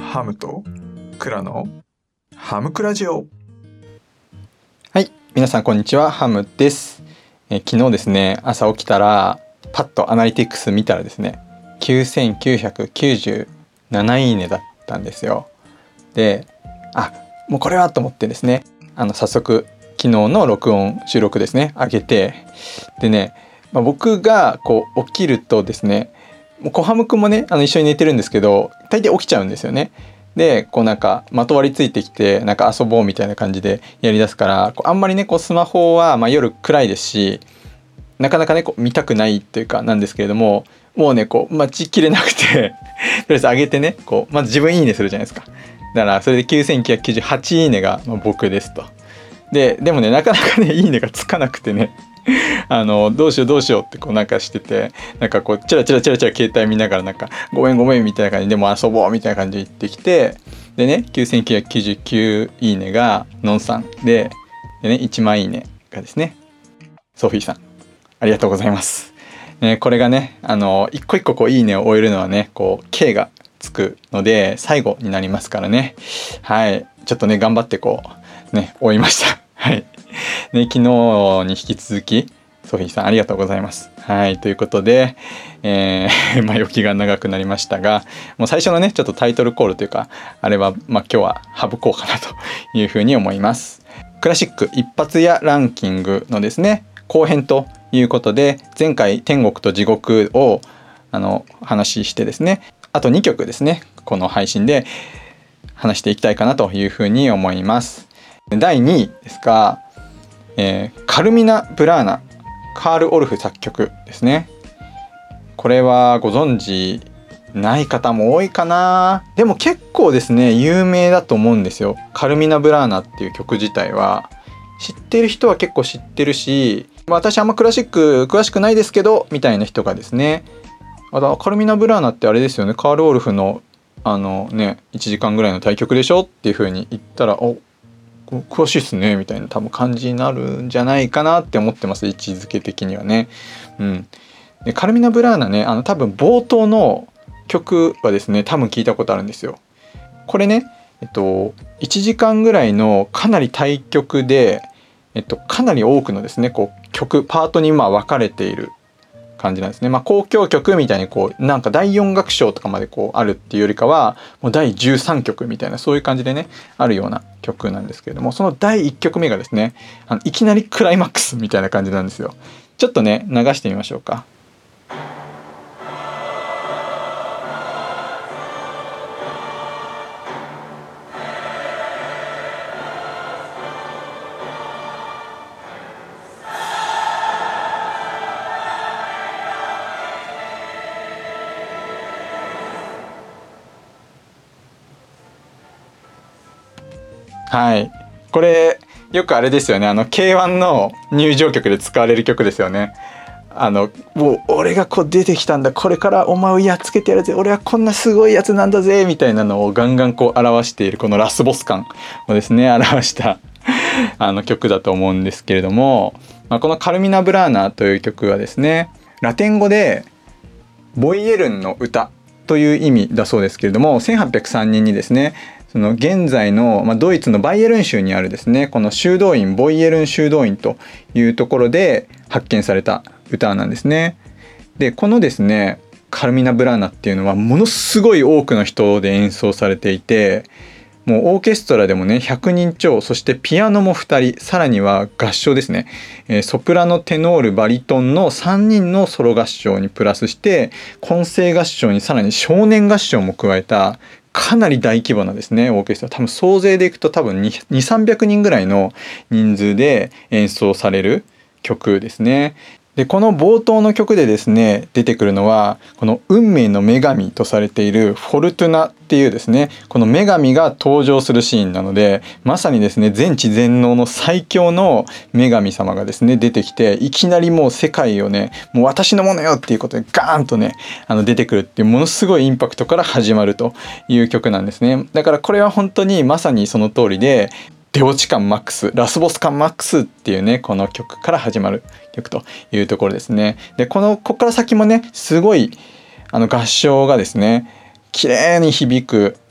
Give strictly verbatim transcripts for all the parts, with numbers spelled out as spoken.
ハムとクラのハムクラジオ。 はい、皆さんこんにちは、ハムです。え昨日ですね、朝起きたらパッとアナリティクス見たらですね、きゅうせんきゅうひゃくきゅうじゅうなないいねだったんですよ。で、あ、もうこれはと思ってですね、あの早速昨日の録音収録ですね、上げて、でね、まあ、僕がこう起きるとですね、もう小ハムくんもね、あの一緒に寝てるんですけど、大抵起きちゃうんですよね。でこうなんかまとわりついてきてなんか遊ぼうみたいな感じでやりだすから、こうあんまりねこうスマホはまあ夜暗いですし、なかなかねこう見たくないというかなんですけれども、もうねこう待ちきれなくてとりあえず上げてね、こうまず自分いいねするじゃないですか。だからそれできゅうせんきゅうひゃくきゅうじゅうはちいいねがまあ僕ですと。ででもねなかなかねいいねがつかなくてねあのどうしようどうしようってこうなんかしてて、なんかこうチラチラチラチラ携帯見ながらなんかごめんごめんみたいな感じで、もう遊ぼうみたいな感じで言ってきて、でねきゅうせんきゅうひゃくきゅうじゅうきゅういいねがのんさんで、でねいちまんいいねがですねソフィーさん、ありがとうございます。ね、これがねあの一個一個こういいねを終えるのはねこう K がつくので最後になりますからね。はい、ちょっとね頑張ってこうね終えましたはい。ね、昨日に引き続きソフィーさんありがとうございます。はい、ということで、えー、前置きが長くなりましたが、もう最初のねちょっとタイトルコールというかあれは、まあ、今日は省こうかなというふうに思います。クラシック一発屋ランキングのですね後編ということで、前回天国と地獄をあの話してですね、あとにきょくですねこの配信で話していきたいかなというふうに思います。だいにいですが、えー、カルミナ・ブラーナ、カール・オルフ作曲ですね。これはご存知ない方も多いかな。でも結構ですね有名だと思うんですよ。カルミナ・ブラーナっていう曲自体は知ってる人は結構知ってるし、私あんまクラシック詳しくないですけどみたいな人がですね、あとカルミナ・ブラーナってあれですよね、カール・オルフのあのねいちじかんぐらいの対局でしょっていう風に言ったら、お詳しいっすねみたいな多分感じになるんじゃないかなって思ってます、位置づけ的にはね。うん、でカルミナ・ブラーナね、あの多分冒頭の曲はですね多分聞いたことあるんですよ。これねえっといちじかんぐらいのかなり対局で、えっと、かなり多くのですねこう曲パートにまあ分かれている感じなんですね。まあ交響曲みたいにこうなんかだいよん楽章とかまでこうあるっていうよりかはもうだいじゅうさんきょくみたいなそういう感じでねあるような曲なんですけれども、そのだいいっきょくめがですねあのいきなりクライマックスみたいな感じなんですよ。ちょっとね流してみましょうか。はい、これよくあれですよね、あの ケーワン の入場曲で使われる曲ですよね。あのもう俺がこう出てきたんだ、これからお前をやっつけてやるぜ、俺はこんなすごいやつなんだぜみたいなのをガンガンこう表しているこのラスボス感をですね表したあの曲だと思うんですけれども、まあ、このカルミナ・ブラーナという曲はですねラテン語でボイエルンの歌という意味だそうですけれども、せんはっぴゃくさんねんにですねその現在の、まあ、ドイツのバイエルン州にあるですねこの修道院ボイエルン修道院というところで発見された歌なんですね。でこのですねカルミナ・ブラーナっていうのはものすごい多くの人で演奏されていて、もうオーケストラでもねひゃくにん超、そしてピアノもふたり、さらには合唱ですね、えー、ソプラノテノールバリトンのさんにんのソロ合唱にプラスして混声合唱にさらに少年合唱も加えたかなり大規模なですねオーケストラ、多分総勢でいくと多分にひゃく、さんびゃくにんぐらいの人数で演奏される曲ですね。でこの冒頭の曲でですね出てくるのはこの運命の女神とされているフォルトゥナっていうですねこの女神が登場するシーンなので、まさにですね全知全能の最強の女神様がですね出てきて、いきなりもう世界をねもう私のものよっていうことでガーンとねあの出てくるっていうものすごいインパクトから始まるという曲なんですね。だからこれは本当にまさにその通りで、出落ち感マックス、ラスボス感マックスっていうねこの曲から始まる曲というところですね。でこのここから先もねすごいあの合唱がですね綺麗に響く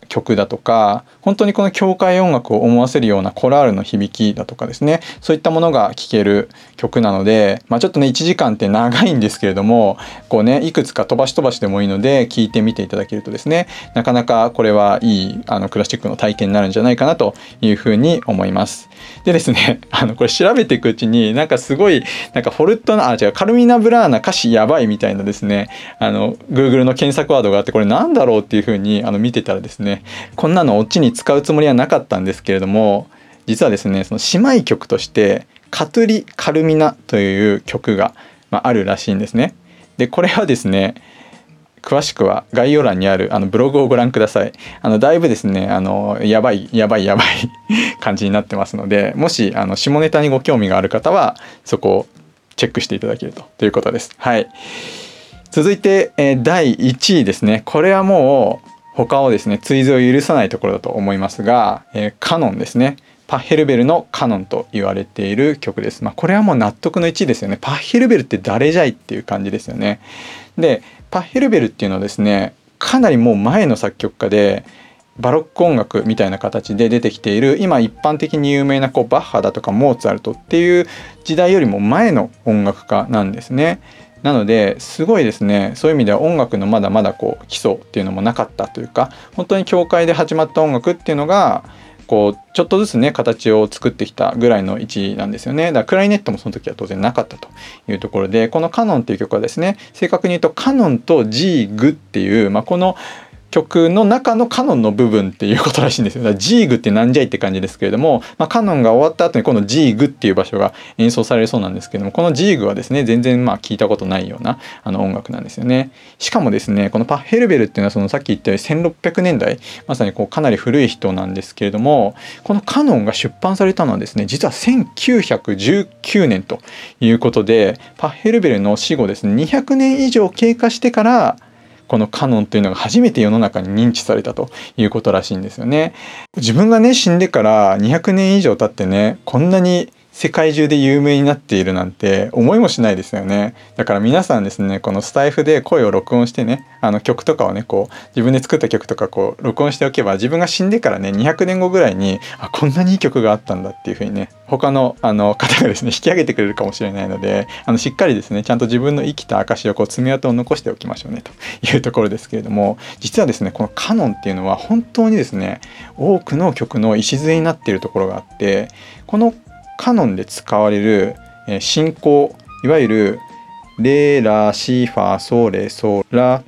曲だとか、本当にこの教会音楽を思わせるようなコラールの響きだとかですね、そういったものが聴ける曲なので、まあ、ちょっとねいちじかんって長いんですけれども、こうねいくつか飛ばし飛ばしでもいいので聴いてみていただけるとですね、なかなかこれはいいあのクラシックの体験になるんじゃないかなというふうに思います。でですね、あのこれ調べていくうちになんかすごいなんかフォルトナあ違うカルミナ・ブラーナ歌詞やばいみたいなですね、あの Google の検索ワードがあって、これなんだろうっていうふうにあの見てたらですね、こんなのオチに使うつもりはなかったんですけれども、実はですねその姉妹曲としてカトゥリ・カルミナという曲が、まあ、あるらしいんですね。でこれはですね、詳しくは概要欄にあるあのブログをご覧ください。あのだいぶですねあのやばいやばいやばい感じになってますので、もしあの下ネタにご興味がある方はそこをチェックしていただけるとということです。はい。続いて、えー、だいいちいですね。これはもう他をですね追随を許さないところだと思いますが、えー、カノンですね。パッヘルベルのカノンと言われている曲です。まあ、これはもう納得のいちいですよね。パッヘルベルって誰じゃいっていう感じですよね。でパッヘルベルっていうのはですね、かなりもう前の作曲家でバロック音楽みたいな形で出てきている、今一般的に有名なこうバッハだとかモーツァルトっていう時代よりも前の音楽家なんですね。なのですごいですね、そういう意味では音楽のまだまだこう基礎っていうのもなかったというか、本当に教会で始まった音楽っていうのがこうちょっとずつね形を作ってきたぐらいの位置なんですよね。だからクラリネットもその時は当然なかったというところで、このカノンっていう曲はですね、正確に言うとカノンとジーグっていう、まあ、この曲の中のカノンの部分っていうことらしいんですよ。だからジーグってなんじゃいって感じですけれども、まあ、カノンが終わった後にこのジーグっていう場所が演奏されるそうなんですけども、このジーグはですね全然まあ聞いたことないようなあの音楽なんですよね。しかもですねこのパッヘルベルっていうのはそのさっき言ったようにせんろっぴゃくねんだい、まさにこうかなり古い人なんですけれども、このカノンが出版されたのはですね実はせんきゅうひゃくじゅうきゅうねんということで、パッヘルベルの死後ですねにひゃくねん以上経過してからこのカノンというのが初めて世の中に認知されたということらしいんですよね。自分がね死んでからにひゃくねん以上経ってね、こんなに世界中で有名になっているなんて思いもしないですよね。だから皆さんですねこのスタイフで声を録音してね、あの曲とかをねこう自分で作った曲とかこう録音しておけば、自分が死んでからねにひゃくねんごぐらいにあこんなにいい曲があったんだっていう風にね他のあの方がですね引き上げてくれるかもしれないので、あのしっかりですねちゃんと自分の生きた証をこう爪痕を残しておきましょうねというところですけれども、実はですねこのカノンっていうのは本当にですね多くの曲の礎になっているところがあって、このカノンで使われる進行、いわゆるレラシファソレソラ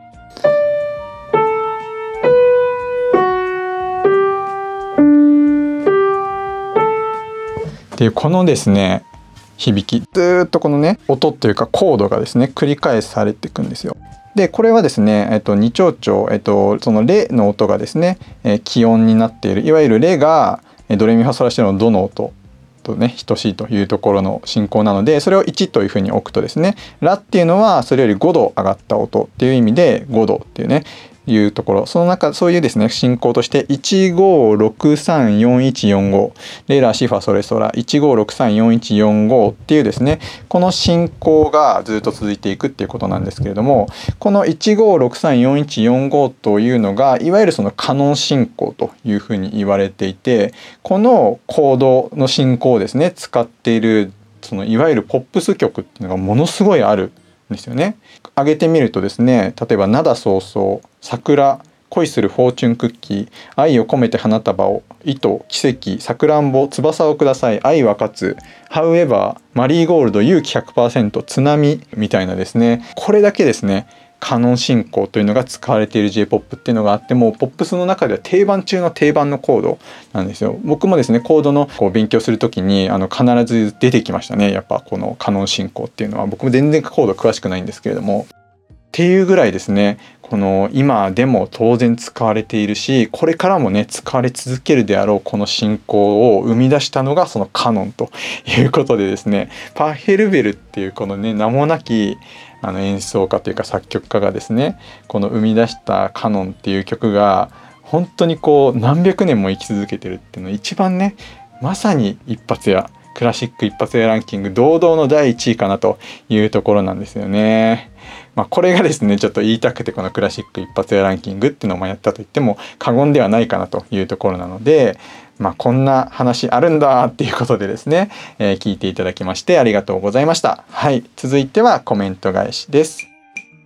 っていうこのですね響き、ずーっとこのね音というかコードがですね繰り返されていくんですよ。でこれはですね、えっと、に長調、えっと、そのレの音がですね、えー、気音になっている、いわゆるレがドレミファソラシドのドの音とね等しいというところの進行なので、それをいちというふうに置くとですね、ラっていうのはそれよりごど上がった音っていう意味でごどっていうねいうところ、その中そういうですね進行としていちごろくさんよんいちよんごレラシファソレソラいちごろくさんよんいちよんごっていうですねこの進行がずっと続いていくっていうことなんですけれども、このいちごろくさんよんいちよんごというのがいわゆるそのカノン進行というふうに言われていて、このコードの進行をですね使っているそのいわゆるポップス曲っていうのがものすごいあるんですよね。挙げてみるとですね、例えば灘早々、桜、恋するフォーチュンクッキー、愛を込めて花束を、糸、奇跡、さくらんぼ、翼をください、愛は勝つ、However、マリーゴールド、勇気 ひゃくパーセント、津波みたいなですね、これだけですねカノン進行というのが使われている J-ポップ っていうのがあって、もうポップスの中では定番中の定番のコードなんですよ。僕もですねコードのこう勉強する時にあの必ず出てきましたね。やっぱこのカノン進行っていうのは、僕も全然コード詳しくないんですけれども、っていうぐらいですねこの今でも当然使われているし、これからもね使われ続けるであろうこの進行を生み出したのがそのカノンということでですね、パッヘルベルっていうこのね名もなきあの演奏家というか作曲家がですねこの生み出したカノンっていう曲が本当にこう何百年も生き続けてるっていうのを一番ね、まさに一発屋クラシック一発屋ランキング堂々のだいいちいかなというところなんですよね。 まあ、これがですねちょっと言いたくてこのクラシック一発屋ランキングっていうのもやったと言っても過言ではないかなというところなので、まあ、こんな話あるんだっていうことでですね、えー、聞いていただきましてありがとうございました。はい、続いてはコメント返しです。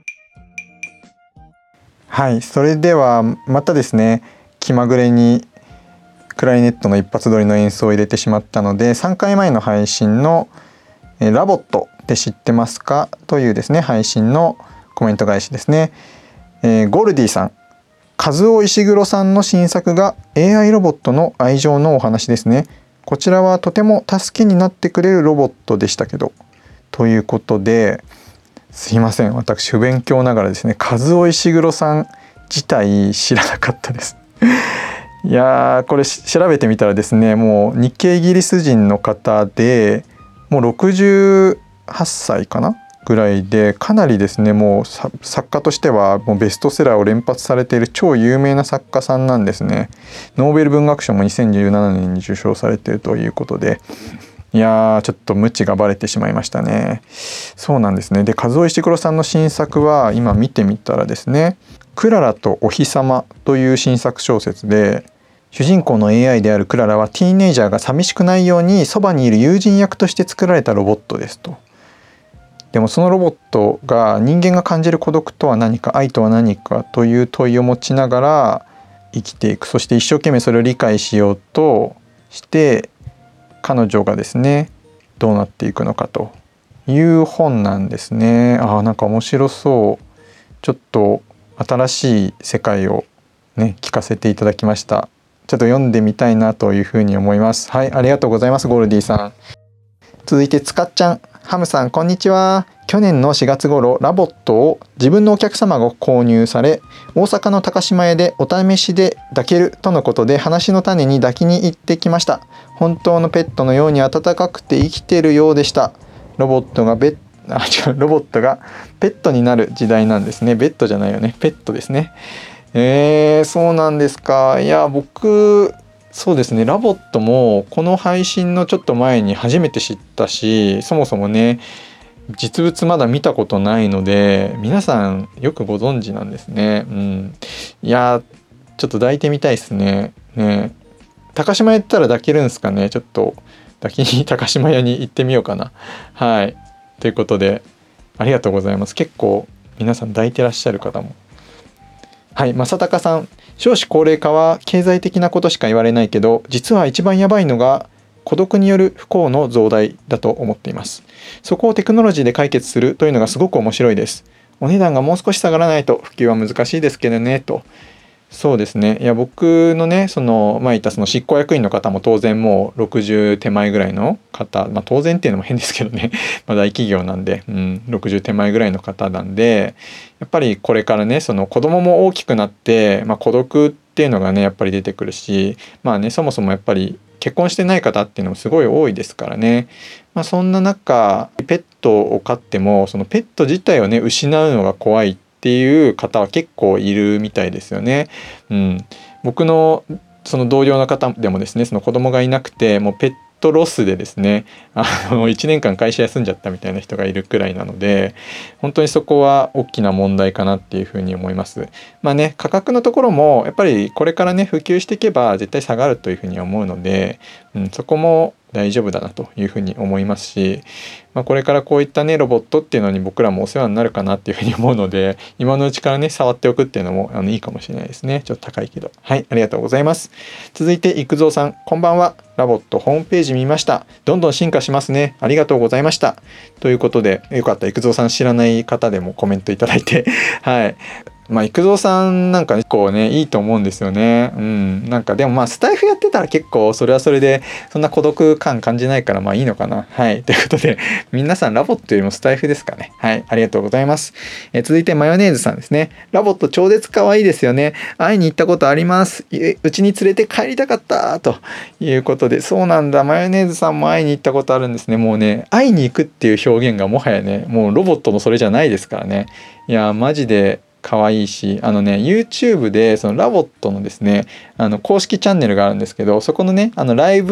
はい、それではまたですね気まぐれにクラリネットの一発撮りの演奏を入れてしまったので、さんかいまえの配信の「ラボットって知ってますか?」というですね配信のコメント返しですね。えー、ゴルディさん、和尾石黒さんの新作が エーアイ ロボットの愛情のお話ですね。こちらはとても助けになってくれるロボットでしたけど、ということで、すいません、私不勉強ながらですね和尾石黒さん自体知らなかったですいやーこれ調べてみたらですね、もう日系イギリス人の方でもうろくじゅうはっさいかなぐらいで、かなりですねもう作家としてはもうベストセラーを連発されている超有名な作家さんなんですね。ノーベル文学賞もにせんじゅうななねんに受賞されているということで、いやーちょっと無知がバレてしまいましたね。そうなんですね。で和尾石黒さんの新作は今見てみたらですね、クララとお日様という新作小説で、主人公の エーアイ であるクララはティーンエイジャーが寂しくないようにそばにいる友人役として作られたロボットですと。でもそのロボットが人間が感じる孤独とは何か、愛とは何かという問いを持ちながら生きていく、そして一生懸命それを理解しようとして彼女がですねどうなっていくのかという本なんですね。あーなんか面白そう。ちょっと新しい世界をね聞かせていただきました。ちょっと読んでみたいなというふうに思います。はい、ありがとうございますゴールディさん。続いてつかっちゃん、ハムさんこんにちは。去年のしがつ頃ラボットを自分のお客様が購入され、大阪の高島屋でお試しで抱けるとのことで話の種に抱きに行ってきました。本当のペットのように温かくて生きているようでした。ロボットがベッあ違うロボットがペットになる時代なんですね。ベッドじゃないよね、ペットですね。えー、そうなんですか。いや僕そうですね、ラボットもこの配信のちょっと前に初めて知ったし、そもそもね実物まだ見たことないので皆さんよくご存知なんですね。うん、いやちょっと抱いてみたいですね。ね高島屋行ったら抱けるんですかね。ちょっと抱きに高島屋に行ってみようかな。はい、ということでありがとうございます。結構皆さん抱いてらっしゃる方も。はい、正隆さん、少子高齢化は経済的なことしか言われないけど、実は一番やばいのが孤独による不幸の増大だと思っています。そこをテクノロジーで解決するというのがすごく面白いです。お値段がもう少し下がらないと普及は難しいですけどねと。そうですね。いや僕のねその前言ったその執行役員の方も当然もうろくじゅう手前ぐらいの方、まあ当然っていうのも変ですけどねまあ大企業なんで、うん、ろくじゅう手前ぐらいの方なんで、やっぱりこれからねその子供も大きくなって、まあ、孤独っていうのがねやっぱり出てくるし、まあねそもそもやっぱり結婚してない方っていうのもすごい多いですからね。まあ、そんな中ペットを飼ってもそのペット自体をね失うのが怖いっていう方は結構いるみたいですよね。うん、僕のその同僚の方でもですねその子供がいなくてもうペットロスでですねあのいちねんかん会社休んじゃったみたいな人がいるくらいなので、本当にそこは大きな問題かなっていうふうに思います。まあね価格のところもやっぱりこれからね普及していけば絶対下がるというふうに思うので、うん、そこも大丈夫だなというふうに思いますし、まあ、これからこういったねロボットっていうのに僕らもお世話になるかなっていうふうに思うので、今のうちからね触っておくっていうのもあのいいかもしれないですね。ちょっと高いけど。はい、ありがとうございます。続いて育三さん、こんばんは。ラボットホームページ見ました。どんどん進化しますね。ありがとうございました。ということでよかったら育三さん知らない方でもコメントいただいてはい。まあ育三さんなんかねこうねいいと思うんですよね。うん、なんかでもまあスタイフやってたら結構それはそれでそんな孤独感感じないからまあいいのかな。はい、ということで皆さんラボットよりもスタイフですかね。はい、ありがとうございます。え続いてマヨネーズさんですね。ラボット超絶可愛いですよね。会いに行ったことあります。うちに連れて帰りたかったということで、そうなんだ、マヨネーズさんも会いに行ったことあるんですね。もうね会いに行くっていう表現がもはやねもうロボットのそれじゃないですからね。いやマジで可愛いし、あのね YouTube でそのラボットのですねあの公式チャンネルがあるんですけど、そこのねあのライブ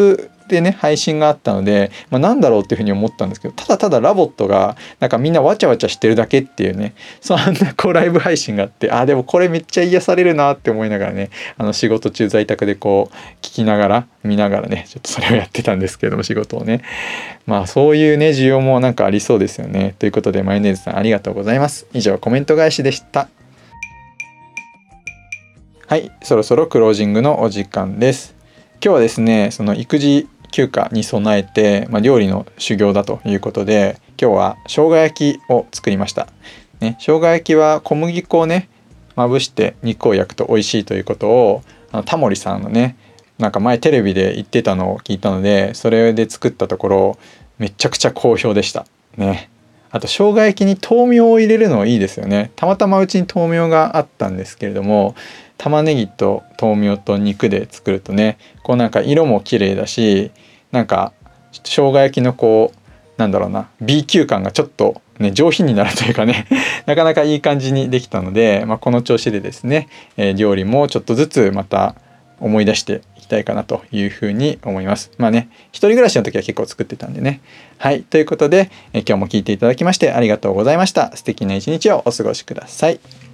でね配信があったので、まあ、なんだろうっていうふうに思ったんですけど、ただただラボットがなんかみんなわちゃわちゃしてるだけっていうね、そんなこうライブ配信があって、あでもこれめっちゃ癒されるなって思いながらね、あの仕事中在宅でこう聞きながら見ながらね、ちょっとそれをやってたんですけれども、仕事をね、まあそういうね需要もなんかありそうですよね。ということでマヨネーズさんありがとうございます。以上コメント返しでした。はい、そろそろクロージングのお時間です。今日はですね、その育児休暇に備えて、まあ、料理の修行だということで、今日は生姜焼きを作りました。ね、生姜焼きは小麦粉をねまぶして肉を焼くと美味しいということを、あのタモリさんのねなんか前テレビで言ってたのを聞いたので、それで作ったところめちゃくちゃ好評でしたね。あと生姜焼きに豆苗を入れるのいいですよね。たまたまうちに豆苗があったんですけれども、玉ねぎと豆苗と肉で作るとね、こうなんか色も綺麗だし、なんか生姜焼きのこうなんだろうな B 級感がちょっとね上品になるというかねなかなかいい感じにできたので、まあ、この調子でですね、えー、料理もちょっとずつまた思い出していきたいかなというふうに思います。まあね、一人暮らしの時は結構作ってたんでね。はい、ということで、えー、今日も聞いていただきましてありがとうございました。素敵な一日をお過ごしください。